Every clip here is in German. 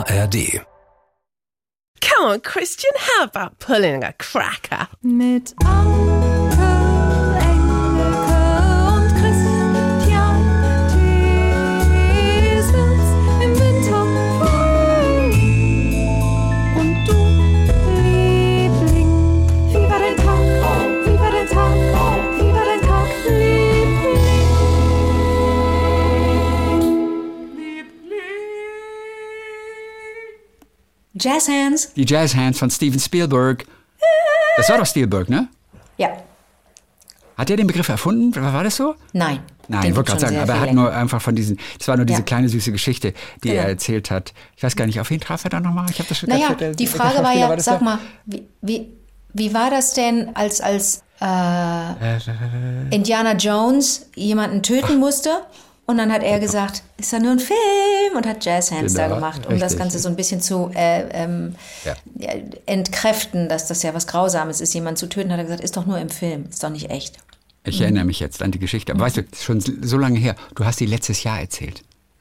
ARD. Come on, Christian, how about pulling a cracker? Mit Anke, Engelke und Christian Thiesens im Winterfall. Und du, Liebling, wie war dein Tag? Wie war dein Tag? Wie war dein Tag, Liebling? Jazzhands. Die Jazzhands von Steven Spielberg. Das war doch Spielberg, ne? Ja. Hat er den Begriff erfunden? War das so? Nein. Nein, ich wollte gerade sagen, aber er hat nur einfach von diesen, das war nur diese kleine süße Geschichte, die er erzählt hat. Ich weiß gar nicht, auf wen traf er da nochmal? Ich habe das schon die Frage war ja, sag mal, wie war das denn, als Indiana Jones jemanden töten musste? Und dann hat er gesagt, ist ja nur ein Film, und hat Jazzhands da gemacht, um das Ganze so ein bisschen zu entkräften, dass das ja was Grausames ist, jemanden zu töten, hat er gesagt, ist doch nur im Film, ist doch nicht echt. Ich erinnere mich jetzt an die Geschichte. Aber weißt du, schon so lange her, du hast die letztes Jahr erzählt.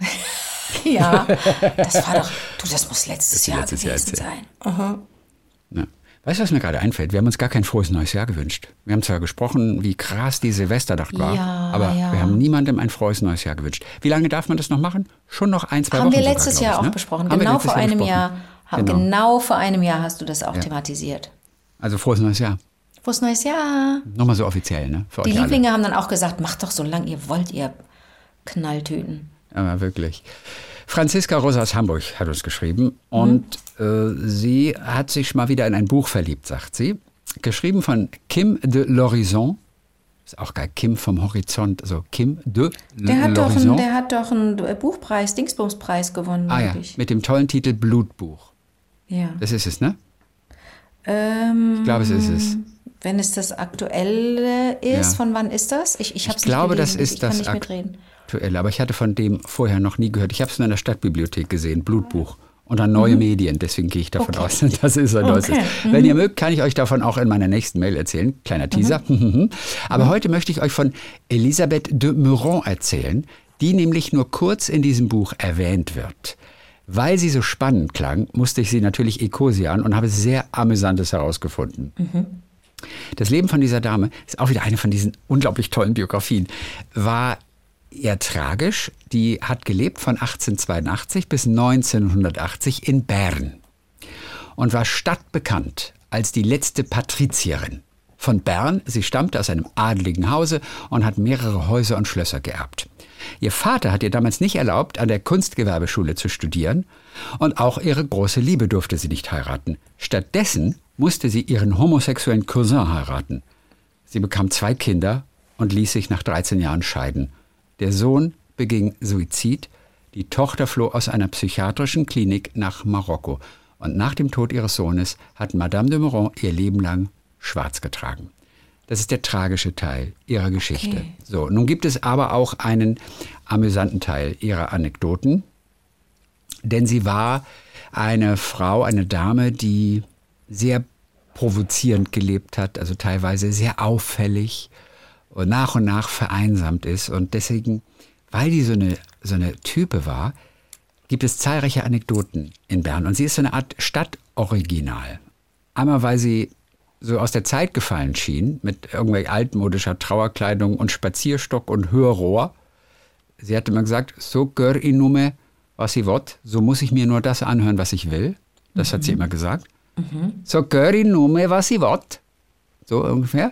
Ja, das war doch, das muss letztes Jahr gewesen sein. Ja. Weißt du, was mir gerade einfällt? Wir haben uns gar kein frohes neues Jahr gewünscht. Wir haben zwar gesprochen, wie krass die Silvesternacht war, aber wir haben niemandem ein frohes neues Jahr gewünscht. Wie lange darf man das noch machen? Schon noch 1-2 Wochen. Haben wir letztes Jahr auch besprochen. Genau vor einem Jahr. Genau vor einem Jahr hast du das auch thematisiert. Also frohes neues Jahr. Frohes neues Jahr. Nochmal so offiziell, ne? Für die euch Lieblinge alle. haben dann auch gesagt, macht doch so lange ihr wollt, ihr Knalltüten. Aber wirklich. Franziska Rosa aus Hamburg hat uns geschrieben und sie hat sich mal wieder in ein Buch verliebt, sagt sie. Geschrieben von Kim de l'Horizon. Ist auch geil, Kim vom Horizont, also Kim de l'Horizon. Der hat doch einen Buchpreis, Dingsbumspreis gewonnen. Ah ja, mit dem tollen Titel Blutbuch. Ja. Das ist es, ne? Ich glaube, es ist es. Wenn es das Aktuelle ist, von wann ist das? Ich habe es nicht glaube, gelesen. das ist das Aktuelle, aber ich hatte von dem vorher noch nie gehört. Ich habe es nur in der Stadtbibliothek gesehen, Blutbuch. Und dann neue Medien, deswegen gehe ich davon aus, dass es ein neues ist. Wenn ihr mögt, kann ich euch davon auch in meiner nächsten Mail erzählen. Kleiner Teaser. Aber heute möchte ich euch von Elisabeth de Meuron erzählen, die nämlich nur kurz in diesem Buch erwähnt wird. Weil sie so spannend klang, musste ich sie natürlich ekosian und habe sehr Amüsantes herausgefunden. Das Leben von dieser Dame ist auch wieder eine von diesen unglaublich tollen Biografien. War eher tragisch. Die hat gelebt von 1882 bis 1980 in Bern und war stadtbekannt als die letzte Patrizierin von Bern. Sie stammte aus einem adligen Hause und hat mehrere Häuser und Schlösser geerbt. Ihr Vater hat ihr damals nicht erlaubt, an der Kunstgewerbeschule zu studieren, und auch ihre große Liebe durfte sie nicht heiraten. Stattdessen musste sie ihren homosexuellen Cousin heiraten. Sie bekam 2 Kinder und ließ sich nach 13 Jahren scheiden. Der Sohn beging Suizid, die Tochter floh aus einer psychiatrischen Klinik nach Marokko. Und nach dem Tod ihres Sohnes hat Madame de Meuron ihr Leben lang schwarz getragen. Das ist der tragische Teil ihrer Geschichte. Okay. So, nun gibt es aber auch einen amüsanten Teil ihrer Anekdoten. Denn sie war eine Frau, eine Dame, die sehr provozierend gelebt hat, also teilweise sehr auffällig und nach vereinsamt ist. Und deswegen, weil die so eine Type war, gibt es zahlreiche Anekdoten in Bern. Und sie ist so eine Art Stadtoriginal. Einmal, weil sie so aus der Zeit gefallen schien, mit irgendwelch altmodischer Trauerkleidung und Spazierstock und Hörrohr. Sie hatte immer gesagt, so gör ich nume, was ich will, so muss ich mir nur das anhören, was ich will. Das hat sie immer gesagt. So gör ich nume, was ich will. So ungefähr.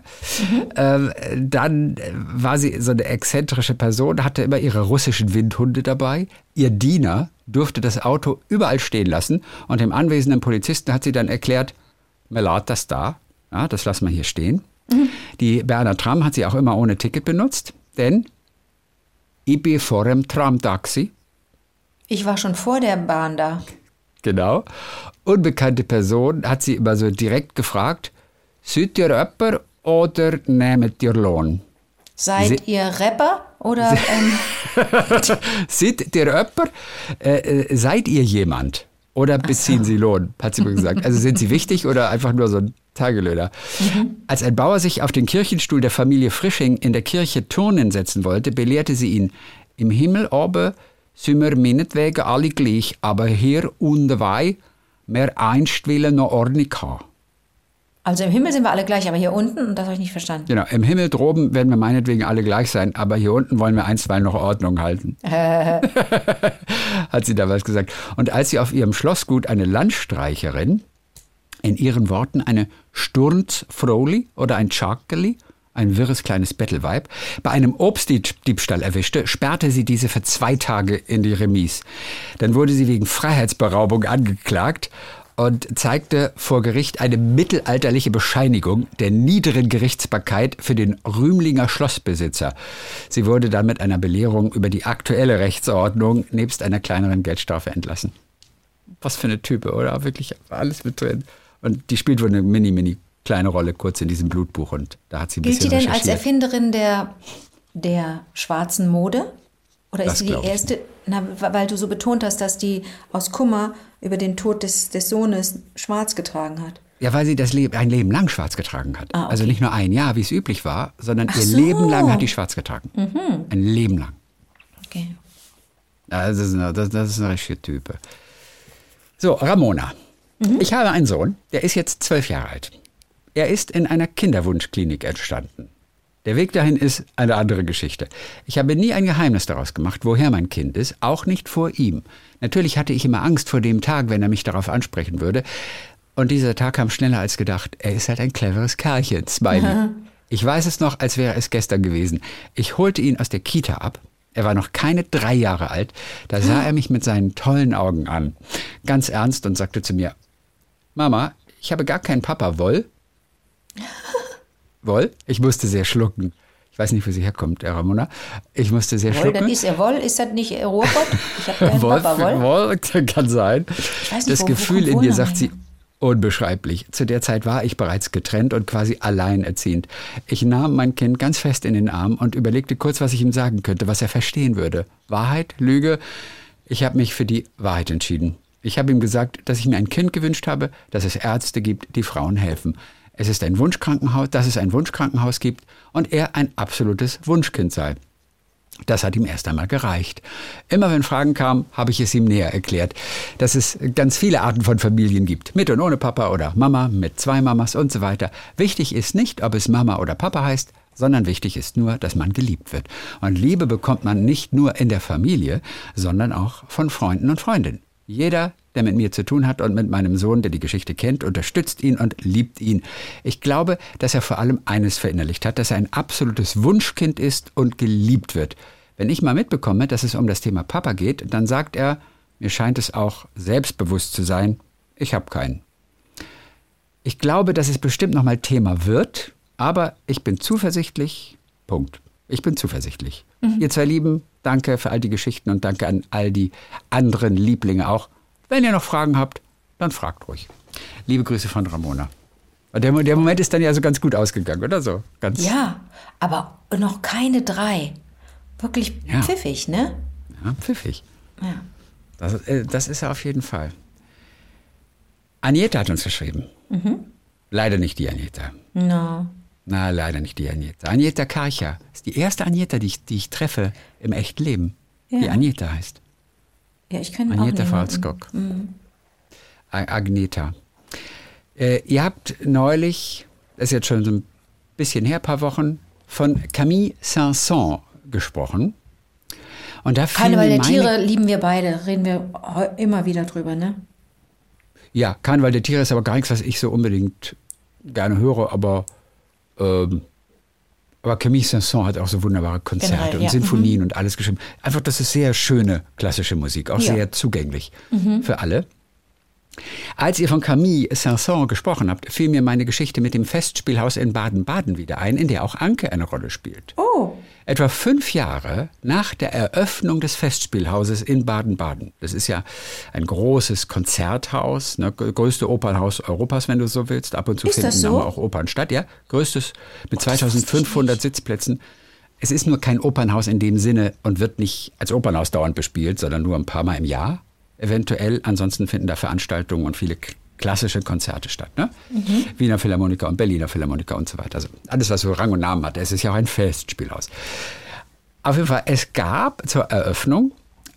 Dann war sie so eine exzentrische Person, hatte immer ihre russischen Windhunde dabei. Ihr Diener durfte das Auto überall stehen lassen und dem anwesenden Polizisten hat sie dann erklärt, mir lässt das da. Ja, das lassen wir hier stehen. Die Berner Tram hat sie auch immer ohne Ticket benutzt, denn ich bin vor dem Tramtaxi. Ich war schon vor der Bahn da. Genau. Unbekannte Person hat sie immer so direkt gefragt, seid ihr Rapper oder nehmt ihr Lohn? Seid ihr Rapper oder? Seid ihr Rapper? Seid ihr jemand? Oder beziehen Sie Lohn, hat sie mir gesagt. Also sind Sie wichtig oder einfach nur so ein Tagelöhner? Als ein Bauer sich auf den Kirchenstuhl der Familie Frisching in der Kirche Turnen setzen wollte, belehrte sie ihn, im Himmel oben sind wir meinetwegen alle gleich, aber hier unten wei, mehr einst willen noch Ordnung haben. Also im Himmel sind wir alle gleich, aber hier unten, und das habe ich nicht verstanden. Genau, im Himmel droben werden wir meinetwegen alle gleich sein, aber hier unten wollen wir einstweilen noch Ordnung halten. Hat sie damals gesagt. Und als sie auf ihrem Schlossgut eine Landstreicherin, in ihren Worten eine Sturz-Froli oder ein Tschakeli, ein wirres kleines Bettelweib, bei einem Obstdiebstahl erwischte, sperrte sie diese für 2 Tage in die Remise. Dann wurde sie wegen Freiheitsberaubung angeklagt und zeigte vor Gericht eine mittelalterliche Bescheinigung der niederen Gerichtsbarkeit für den Rümlinger Schlossbesitzer. Sie wurde dann mit einer Belehrung über die aktuelle Rechtsordnung nebst einer kleineren Geldstrafe entlassen. Was für eine Type, oder? Wirklich alles mit drin. Und die spielt wohl eine mini kleine Rolle kurz in diesem Blutbuch und da hat sie ein Gilt bisschen sie denn recherchiert. als Erfinderin der schwarzen Mode? Oder ist sie die erste, weil du so betont hast, dass die aus Kummer über den Tod des Sohnes schwarz getragen hat? Ja, weil sie ein Leben lang schwarz getragen hat. Ah, okay. Also nicht nur ein Jahr, wie es üblich war, sondern ihr Leben lang hat die schwarz getragen. Ein Leben lang. Okay. Das ist eine richtige Type. So, Ramona. Ich habe einen Sohn, der ist jetzt 12 Jahre alt. Er ist in einer Kinderwunschklinik entstanden. Der Weg dahin ist eine andere Geschichte. Ich habe nie ein Geheimnis daraus gemacht, woher mein Kind ist, auch nicht vor ihm. Natürlich hatte ich immer Angst vor dem Tag, wenn er mich darauf ansprechen würde. Und dieser Tag kam schneller als gedacht. Er ist halt ein cleveres Kerlchen, Smiley. Ich weiß es noch, als wäre es gestern gewesen. Ich holte ihn aus der Kita ab. Er war noch keine 3 Jahre alt. Da sah er mich mit seinen tollen Augen an. Ganz ernst und sagte zu mir, Mama, ich habe gar keinen Papa, woll? Woll? Ich musste sehr schlucken. Ich weiß nicht, wo sie herkommt, Ramona. Ich musste sehr schlucken. Das ist Woll, ist das nicht Ruhrpott? Ich habe keinen Papa, Woll. Woll kann sein. Ich weiß nicht, das Gefühl in dir, sagt sie, unbeschreiblich. Zu der Zeit war ich bereits getrennt und quasi alleinerziehend. Ich nahm mein Kind ganz fest in den Arm und überlegte kurz, was ich ihm sagen könnte, was er verstehen würde. Wahrheit, Lüge? Ich habe mich für die Wahrheit entschieden. Ich habe ihm gesagt, dass ich mir ein Kind gewünscht habe, dass es Ärzte gibt, die Frauen helfen. Es ist ein Wunschkrankenhaus, dass es ein Wunschkrankenhaus gibt und er ein absolutes Wunschkind sei. Das hat ihm erst einmal gereicht. Immer wenn Fragen kamen, habe ich es ihm näher erklärt, dass es ganz viele Arten von Familien gibt. Mit und ohne Papa oder Mama, mit 2 Mamas und so weiter. Wichtig ist nicht, ob es Mama oder Papa heißt, sondern wichtig ist nur, dass man geliebt wird. Und Liebe bekommt man nicht nur in der Familie, sondern auch von Freunden und Freundinnen. Jeder, der mit mir zu tun hat und mit meinem Sohn, der die Geschichte kennt, unterstützt ihn und liebt ihn. Ich glaube, dass er vor allem eines verinnerlicht hat, dass er ein absolutes Wunschkind ist und geliebt wird. Wenn ich mal mitbekomme, dass es um das Thema Papa geht, dann sagt er, mir scheint es auch selbstbewusst zu sein, ich habe keinen. Ich glaube, dass es bestimmt nochmal Thema wird, aber ich bin zuversichtlich, Punkt. Ich bin zuversichtlich. Ihr 2 Lieben, danke für all die Geschichten und danke an all die anderen Lieblinge auch. Wenn ihr noch Fragen habt, dann fragt ruhig. Liebe Grüße von Ramona. Der Moment ist dann ja so ganz gut ausgegangen, oder so? Ja, aber noch keine 3. Wirklich pfiffig, ne? Ja, pfiffig. Ja. Das ist er auf jeden Fall. Agneta hat uns geschrieben. Leider nicht die Agneta. No. Na, leider nicht die Agneta. Agneta Karcher ist die erste Agneta, die ich treffe im echten Leben. Ja. Die Agneta heißt. Ja, ich kenne auch Agneta niemanden. Falskog. Agneta. Ihr habt neulich, das ist jetzt schon so ein bisschen her, ein paar Wochen, von Camille Saint-Saëns gesprochen. Und da Karneval der Tiere lieben wir beide, reden wir immer wieder drüber, ne? Ja, Karneval der Tiere ist aber gar nichts, was ich so unbedingt gerne höre, aber Camille Saint-Saëns hat auch so wunderbare Konzerte Generell, und Sinfonien und alles geschrieben. Einfach, das ist sehr schöne klassische Musik, auch sehr zugänglich für alle. Als ihr von Camille Saint-Saëns gesprochen habt, fiel mir meine Geschichte mit dem Festspielhaus in Baden-Baden wieder ein, in der auch Anke eine Rolle spielt. Oh. Etwa 5 Jahre nach der Eröffnung des Festspielhauses in Baden-Baden. Das ist ja ein großes Konzerthaus, ne, größte Opernhaus Europas, wenn du so willst. Ab und zu finden aber auch Opern statt. Ja, größtes mit 2500 Sitzplätzen. Es ist nur kein Opernhaus in dem Sinne und wird nicht als Opernhaus dauernd bespielt, sondern nur ein paar Mal im Jahr. Eventuell, ansonsten finden da Veranstaltungen und viele klassische Konzerte statt. Ne? Wiener Philharmoniker und Berliner Philharmoniker und so weiter. Also alles, was so Rang und Namen hat. Es ist ja auch ein Festspielhaus. Auf jeden Fall, es gab zur Eröffnung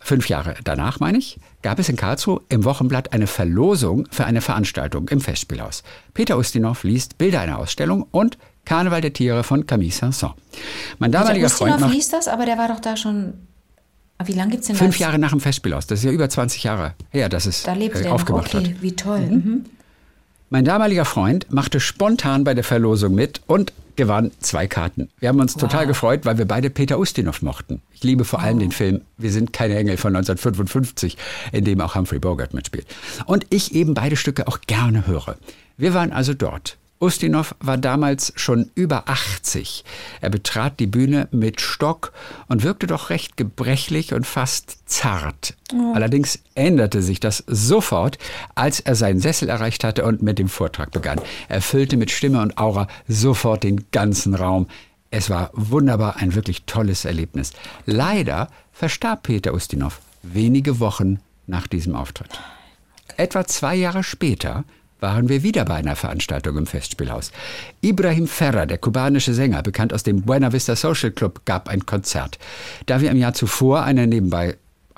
5 Jahre danach, meine ich, gab es in Karlsruhe im Wochenblatt eine Verlosung für eine Veranstaltung im Festspielhaus. Peter Ustinov liest Bilder einer Ausstellung und Karneval der Tiere von Camille Saint-Saëns. Mein damaliger Freund Ustinov liest das, aber der war doch da schon... Wie lange gibt es denn das? 5 Jahre nach dem Festspielhaus. Das ist ja über 20 Jahre her, dass es da lebte der aufgemacht noch. Okay, wird. wie toll. Mein damaliger Freund machte spontan bei der Verlosung mit und gewann 2 Karten. Wir haben uns total gefreut, weil wir beide Peter Ustinov mochten. Ich liebe vor allem den Film Wir sind keine Engel von 1955, in dem auch Humphrey Bogart mitspielt. Und ich eben beide Stücke auch gerne höre. Wir waren also dort. Ustinov war damals schon über 80. Er betrat die Bühne mit Stock und wirkte doch recht gebrechlich und fast zart. Allerdings änderte sich das sofort, als er seinen Sessel erreicht hatte und mit dem Vortrag begann. Er füllte mit Stimme und Aura sofort den ganzen Raum. Es war wunderbar, ein wirklich tolles Erlebnis. Leider verstarb Peter Ustinov wenige Wochen nach diesem Auftritt. Etwa 2 Jahre später waren wir wieder bei einer Veranstaltung im Festspielhaus. Ibrahim Ferrer, der kubanische Sänger, bekannt aus dem Buena Vista Social Club, gab ein Konzert. Da wir im Jahr zuvor eine nebenbei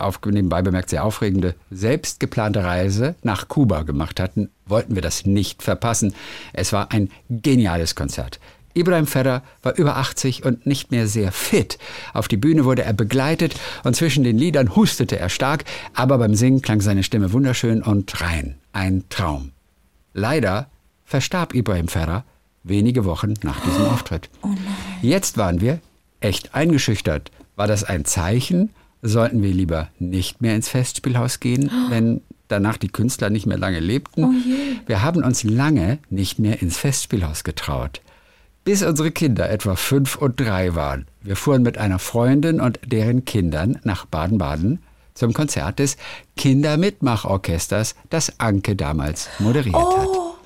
bemerkt sehr aufregende, selbst geplante Reise nach Kuba gemacht hatten, wollten wir das nicht verpassen. Es war ein geniales Konzert. Ibrahim Ferrer war über 80 und nicht mehr sehr fit. Auf die Bühne wurde er begleitet und zwischen den Liedern hustete er stark, aber beim Singen klang seine Stimme wunderschön und rein. Ein Traum. Leider verstarb Ibrahim Ferrer wenige Wochen nach diesem Auftritt. Oh nein. Jetzt waren wir echt eingeschüchtert. War das ein Zeichen? Sollten wir lieber nicht mehr ins Festspielhaus gehen, wenn danach die Künstler nicht mehr lange lebten? Oh je. Wir haben uns lange nicht mehr ins Festspielhaus getraut. Bis unsere Kinder etwa 5 und 3 waren. Wir fuhren mit einer Freundin und deren Kindern nach Baden-Baden zum Konzert des Kindermitmachorchesters, das Anke damals moderiert hat.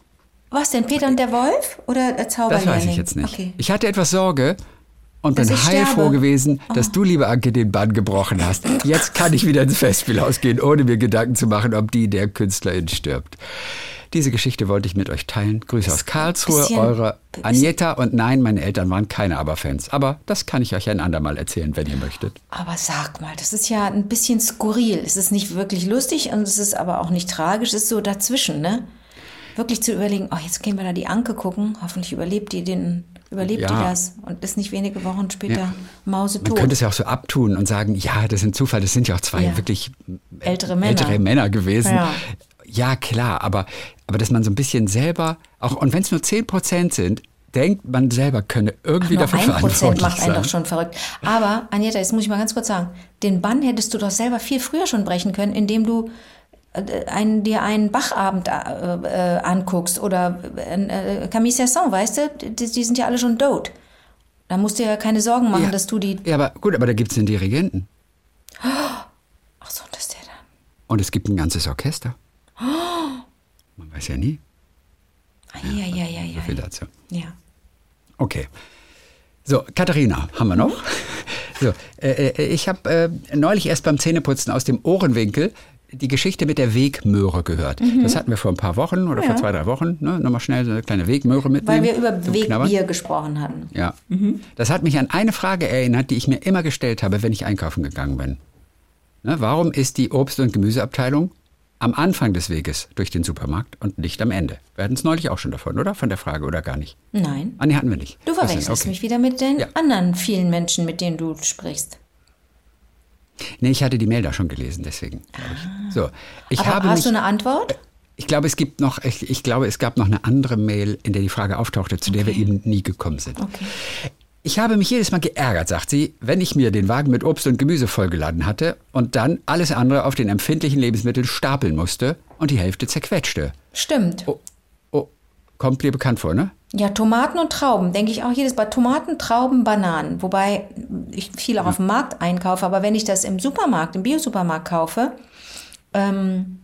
Was denn, Peter und der Wolf oder der Zauberlehrling? Das weiß ich jetzt nicht. Okay. Ich hatte etwas Sorge und bin Dass ich heilfroh sterbe. gewesen, dass du, liebe Anke, den Bann gebrochen hast. Jetzt kann ich wieder ins Festspielhaus gehen, ohne mir Gedanken zu machen, ob der Künstlerin stirbt. Diese Geschichte wollte ich mit euch teilen. Grüße aus Karlsruhe, eure Agneta. Und nein, meine Eltern waren keine ABBA-Fans. Aber das kann ich euch ein andermal erzählen, wenn ihr möchtet. Aber sag mal, das ist ja ein bisschen skurril. Es ist nicht wirklich lustig und es ist aber auch nicht tragisch. Es ist so dazwischen, ne? Wirklich zu überlegen, jetzt gehen wir da die Anke gucken. Hoffentlich überlebt die das und ist nicht wenige Wochen später mausetot. Man könnte es ja auch so abtun und sagen, ja, das ist ein Zufall. Das sind ja auch 2 wirklich ältere Männer gewesen. Ja. Ja, klar, aber dass man so ein bisschen selber, auch und wenn es nur 10% sind, denkt man selber könne irgendwie dafür verantwortlich sein. 1% macht einen doch schon verrückt. Aber, Agneta, jetzt muss ich mal ganz kurz sagen, den Bann hättest du doch selber viel früher schon brechen können, indem du dir einen Bachabend anguckst oder Camille Saint-Saëns, weißt du, die sind ja alle schon tot. Da musst du ja keine Sorgen machen, dass du die... Ja, aber da gibt es einen Dirigenten. Ach so, das ist der dann. Und es gibt ein ganzes Orchester. Man weiß ja nie. Ja. So viel dazu. Ja. Okay. So, Katharina, haben wir noch? So, ich habe neulich erst beim Zähneputzen aus dem Ohrenwinkel die Geschichte mit der Wegmöhre gehört. Das hatten wir vor ein paar Wochen oder vor 2-3 Wochen. Ne? Nochmal schnell so eine kleine Wegmöhre mitnehmen. Weil wir über Wegbier gesprochen hatten. Ja. Das hat mich an eine Frage erinnert, die ich mir immer gestellt habe, wenn ich einkaufen gegangen bin. Ne? Warum ist die Obst- und Gemüseabteilung am Anfang des Weges durch den Supermarkt und nicht am Ende? Wir hatten es neulich auch schon davon, oder? Von der Frage, oder gar nicht? Nein. Nee, hatten wir nicht. Du verwechselst mich wieder mit den anderen vielen Menschen, mit denen du sprichst. Nee, ich hatte die Mail da schon gelesen, deswegen. So, Aber hast du eine Antwort? Ich glaube, es gab noch eine andere Mail, in der die Frage auftauchte, zu der wir eben nie gekommen sind. Okay. Ich habe mich jedes Mal geärgert, sagt sie, wenn ich mir den Wagen mit Obst und Gemüse vollgeladen hatte und dann alles andere auf den empfindlichen Lebensmitteln stapeln musste und die Hälfte zerquetschte. Stimmt. Kommt dir bekannt vor, ne? Ja, Tomaten und Trauben, denke ich auch jedes Mal. Tomaten, Trauben, Bananen. Wobei ich viel auch auf dem Markt einkaufe, aber wenn ich das im Supermarkt, im Biosupermarkt kaufe, dann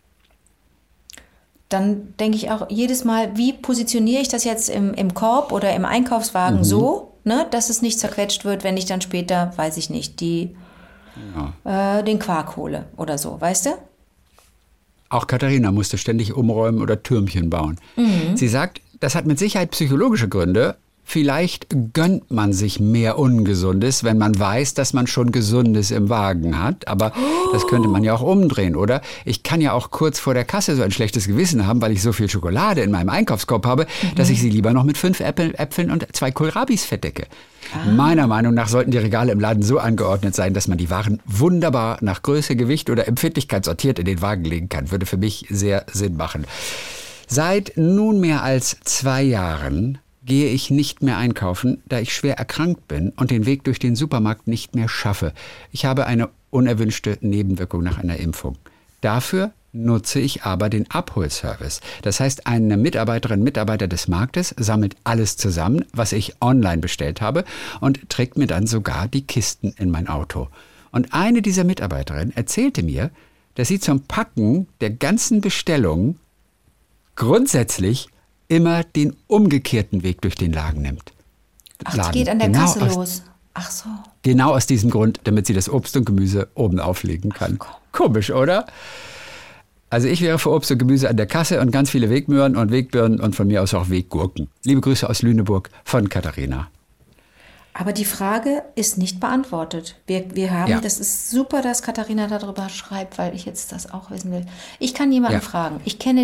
denke ich auch jedes Mal, wie positioniere ich das jetzt im Korb oder im Einkaufswagen so, ne, dass es nicht zerquetscht wird, wenn ich dann später, weiß ich nicht, den Quark hole oder so, weißt du? Auch Katharina musste ständig umräumen oder Türmchen bauen. Sie sagt, das hat mit Sicherheit psychologische Gründe. vielleicht gönnt man sich mehr Ungesundes, wenn man weiß, dass man schon Gesundes im Wagen hat. Aber das könnte man ja auch umdrehen, oder? Ich kann ja auch kurz vor der Kasse so ein schlechtes Gewissen haben, weil ich so viel Schokolade in meinem Einkaufskorb habe, dass ich sie lieber noch mit 5 Äpfeln und 2 Kohlrabis verdecke. Meiner Meinung nach sollten die Regale im Laden so angeordnet sein, dass man die Waren wunderbar nach Größe, Gewicht oder Empfindlichkeit sortiert in den Wagen legen kann. Würde für mich sehr Sinn machen. Seit nunmehr als 2 Jahren gehe ich nicht mehr einkaufen, da ich schwer erkrankt bin und den Weg durch den Supermarkt nicht mehr schaffe. Ich habe eine unerwünschte Nebenwirkung nach einer Impfung. Dafür nutze ich aber den Abholservice. Das heißt, eine Mitarbeiterin, Mitarbeiter des Marktes sammelt alles zusammen, was ich online bestellt habe und trägt mir dann sogar die Kisten in mein Auto. Und eine dieser Mitarbeiterinnen erzählte mir, dass sie zum Packen der ganzen Bestellungen grundsätzlich immer den umgekehrten Weg durch den Laden nimmt. Ach, die geht an der Kasse los. Ach so. Genau aus diesem Grund, damit sie das Obst und Gemüse oben auflegen kann. Komisch, oder? Also ich wäre für Obst und Gemüse an der Kasse und ganz viele Wegmöhren und Wegbirnen und von mir aus auch Weggurken. Liebe Grüße aus Lüneburg von Katharina. Aber die Frage ist nicht beantwortet. Wir haben, das ist super, dass Katharina darüber schreibt, weil ich jetzt das auch wissen will. Ich kann jemanden fragen. Ich kenne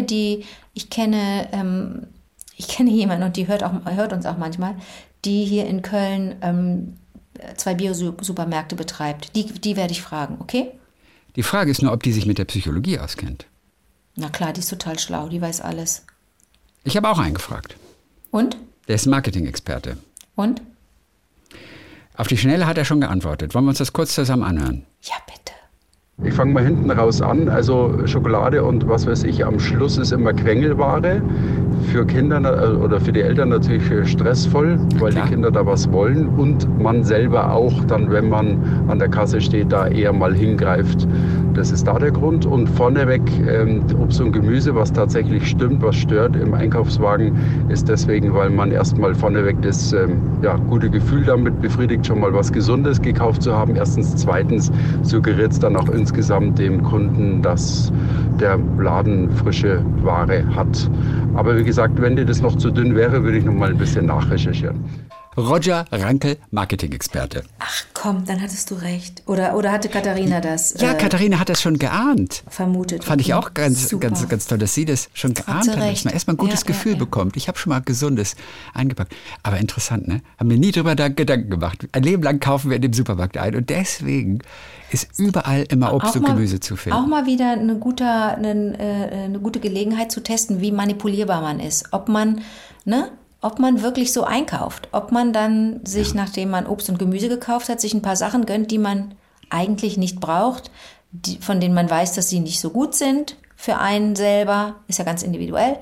jemanden und die hört uns auch manchmal, die hier in Köln 2 Bio-Supermärkte betreibt. Die werde ich fragen, okay? Die Frage ist nur, ob die sich mit der Psychologie auskennt. Na klar, die ist total schlau, die weiß alles. Ich habe auch einen gefragt. Und? Der ist Marketing-Experte. Und? Auf die Schnelle hat er schon geantwortet. Wollen wir uns das kurz zusammen anhören? Ja, bitte. Ich fange mal hinten raus an. Also Schokolade und was weiß ich, am Schluss ist immer Quengelware. Für Kinder oder für die Eltern natürlich stressvoll, weil die Kinder da was wollen. Und man selber auch dann, wenn man an der Kasse steht, da eher mal hingreift. Das ist da der Grund. Und vorneweg Obst und Gemüse, was tatsächlich stimmt, was stört im Einkaufswagen, ist deswegen, weil man erstmal vorneweg das gute Gefühl damit befriedigt, schon mal was Gesundes gekauft zu haben. Erstens. Zweitens suggeriert es dann auch insgesamt dem Kunden, dass der Laden frische Ware hat. Aber wie gesagt, wenn dir das noch zu dünn wäre, würde ich noch mal ein bisschen nachrecherchieren. Roger Rankel, Marketing-Experte. Ach komm, dann hattest du recht. Oder hatte Katharina das? Ja, Katharina hat das schon geahnt. Vermutet. Fand ich auch ganz toll, dass sie das schon geahnt hat, dass man erstmal ein gutes Gefühl bekommt. Ich habe schon mal Gesundes eingepackt. Aber interessant, ne? Haben wir nie drüber Gedanken gemacht. Ein Leben lang kaufen wir in dem Supermarkt ein und deswegen ist überall immer Obst und Gemüse zu finden. Auch mal wieder eine gute Gelegenheit zu testen, wie manipulierbar man ist. Ob man wirklich so einkauft. Ob man dann sich, nachdem man Obst und Gemüse gekauft hat, sich ein paar Sachen gönnt, die man eigentlich nicht braucht, von denen man weiß, dass sie nicht so gut sind für einen selber, ist ja ganz individuell.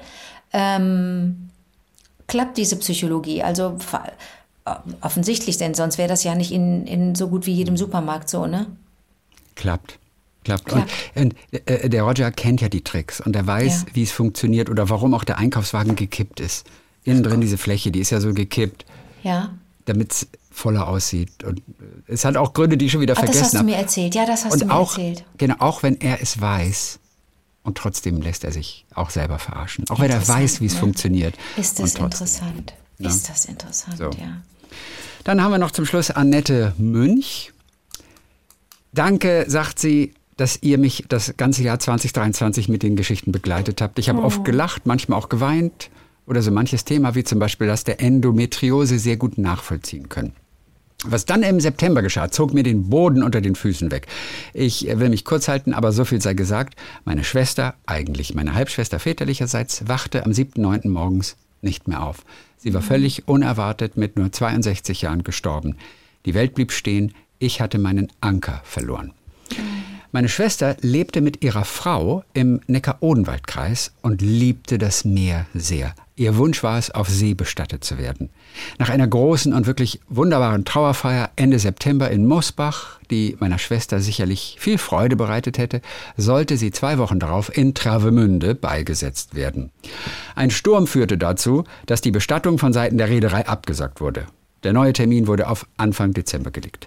Klappt diese Psychologie? Also offensichtlich, denn sonst wäre das ja nicht in so gut wie jedem Supermarkt so, ne? Klappt. Und der Roger kennt ja die Tricks und er weiß, wie es funktioniert oder warum auch der Einkaufswagen gekippt ist. Innen drin diese Fläche, die ist ja so gekippt, damit es voller aussieht. Und es hat auch Gründe, die ich schon wieder vergessen habe. Das hast du mir erzählt. Ja, das hast du mir erzählt. Genau, auch wenn er es weiß und trotzdem lässt er sich auch selber verarschen. Auch wenn er weiß, wie es funktioniert. Ist das interessant. Ja. Ist das interessant, so. Ja. Dann haben wir noch zum Schluss Annette Münch. Danke, sagt sie, dass ihr mich das ganze Jahr 2023 mit den Geschichten begleitet habt. Ich habe oft gelacht, manchmal auch geweint. Oder so manches Thema, wie zum Beispiel das der Endometriose, sehr gut nachvollziehen können. Was dann im September geschah, zog mir den Boden unter den Füßen weg. Ich will mich kurz halten, aber so viel sei gesagt. Meine Schwester, eigentlich meine Halbschwester väterlicherseits, wachte am 7.9. morgens nicht mehr auf. Sie war völlig unerwartet mit nur 62 Jahren gestorben. Die Welt blieb stehen, ich hatte meinen Anker verloren. Meine Schwester lebte mit ihrer Frau im Neckar-Odenwald-Kreis und liebte das Meer sehr. Ihr Wunsch war es, auf See bestattet zu werden. Nach einer großen und wirklich wunderbaren Trauerfeier Ende September in Mosbach, die meiner Schwester sicherlich viel Freude bereitet hätte, sollte sie 2 Wochen darauf in Travemünde beigesetzt werden. Ein Sturm führte dazu, dass die Bestattung von Seiten der Reederei abgesagt wurde. Der neue Termin wurde auf Anfang Dezember gelegt.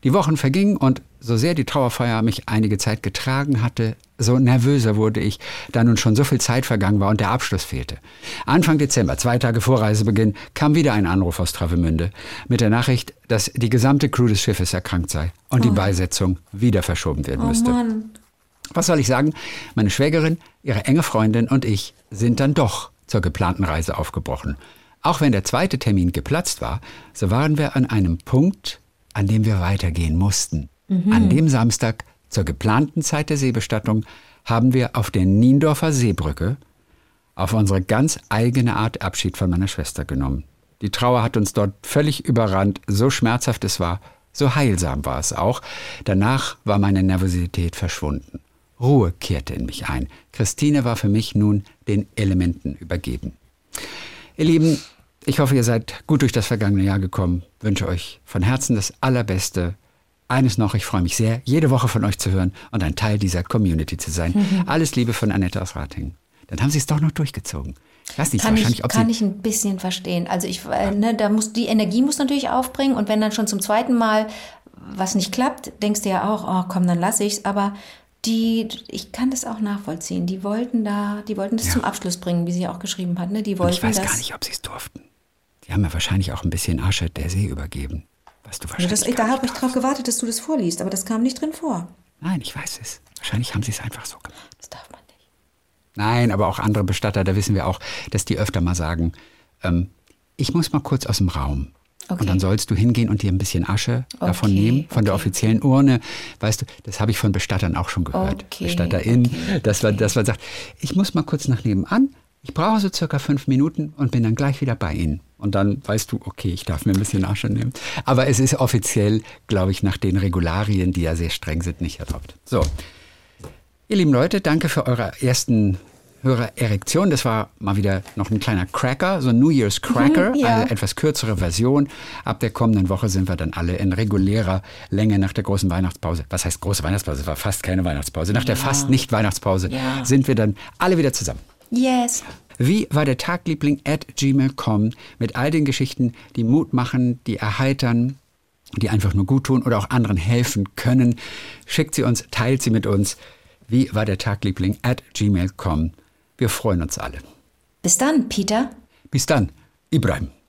Die Wochen vergingen und so sehr die Trauerfeier mich einige Zeit getragen hatte, so nervöser wurde ich, da nun schon so viel Zeit vergangen war und der Abschluss fehlte. Anfang Dezember, 2 Tage vor Reisebeginn, kam wieder ein Anruf aus Travemünde mit der Nachricht, dass die gesamte Crew des Schiffes erkrankt sei und die Beisetzung wieder verschoben werden müsste. Mann. Was soll ich sagen? Meine Schwägerin, ihre enge Freundin und ich sind dann doch zur geplanten Reise aufgebrochen. Auch wenn der zweite Termin geplatzt war, so waren wir an einem Punkt, an dem wir weitergehen mussten. An dem Samstag, zur geplanten Zeit der Seebestattung, haben wir auf der Niendorfer Seebrücke auf unsere ganz eigene Art Abschied von meiner Schwester genommen. Die Trauer hat uns dort völlig überrannt, so schmerzhaft es war, so heilsam war es auch. Danach war meine Nervosität verschwunden. Ruhe kehrte in mich ein. Christine war für mich nun den Elementen übergeben. Ihr Lieben, ich hoffe, ihr seid gut durch das vergangene Jahr gekommen. Wünsche euch von Herzen das Allerbeste. Eines noch, ich freue mich sehr, jede Woche von euch zu hören und ein Teil dieser Community zu sein. Alles Liebe von Annette aus Ratingen. Dann haben Sie es doch noch durchgezogen. Ich weiß nicht, Kann ich ein bisschen verstehen. Also die Energie muss natürlich aufbringen und wenn dann schon zum zweiten Mal was nicht klappt, denkst du ja auch, oh komm, dann lasse ich's. Aber ich kann das auch nachvollziehen. Die wollten das zum Abschluss bringen, wie sie auch geschrieben hat. Ne? Die wollten ich weiß gar nicht, ob sie es durften. Die haben ja wahrscheinlich auch ein bisschen Asche der See übergeben. Was du wahrscheinlich da habe ich drauf gewartet, dass du das vorliest, aber das kam nicht drin vor. Nein, ich weiß es. Wahrscheinlich haben sie es einfach so gemacht. Das darf man nicht. Nein, aber auch andere Bestatter, da wissen wir auch, dass die öfter mal sagen, ich muss mal kurz aus dem Raum. Okay. Und dann sollst du hingehen und dir ein bisschen Asche davon nehmen, von der offiziellen Urne. Weißt du, das habe ich von Bestattern auch schon gehört. BestatterInnen, dass man sagt, ich muss mal kurz nach nebenan, ich brauche so circa 5 Minuten und bin dann gleich wieder bei Ihnen. Und dann weißt du, okay, ich darf mir ein bisschen Asche nehmen. Aber es ist offiziell, glaube ich, nach den Regularien, die ja sehr streng sind, nicht erlaubt. So, ihr lieben Leute, danke für eure ersten Hörererektion. Das war mal wieder noch ein kleiner Cracker, so ein New Year's Cracker, eine etwas kürzere Version. Ab der kommenden Woche sind wir dann alle in regulärer Länge nach der großen Weihnachtspause. Was heißt große Weihnachtspause? War fast keine Weihnachtspause. Nach der fast nicht Weihnachtspause sind wir dann alle wieder zusammen. Yes. Wie war der Tagliebling @gmail.com mit all den Geschichten, die Mut machen, die erheitern, die einfach nur gut tun oder auch anderen helfen können. Schickt sie uns, teilt sie mit uns. Wie war der Tagliebling @gmail.com. Wir freuen uns alle. Bis dann, Peter. Bis dann, Ibrahim.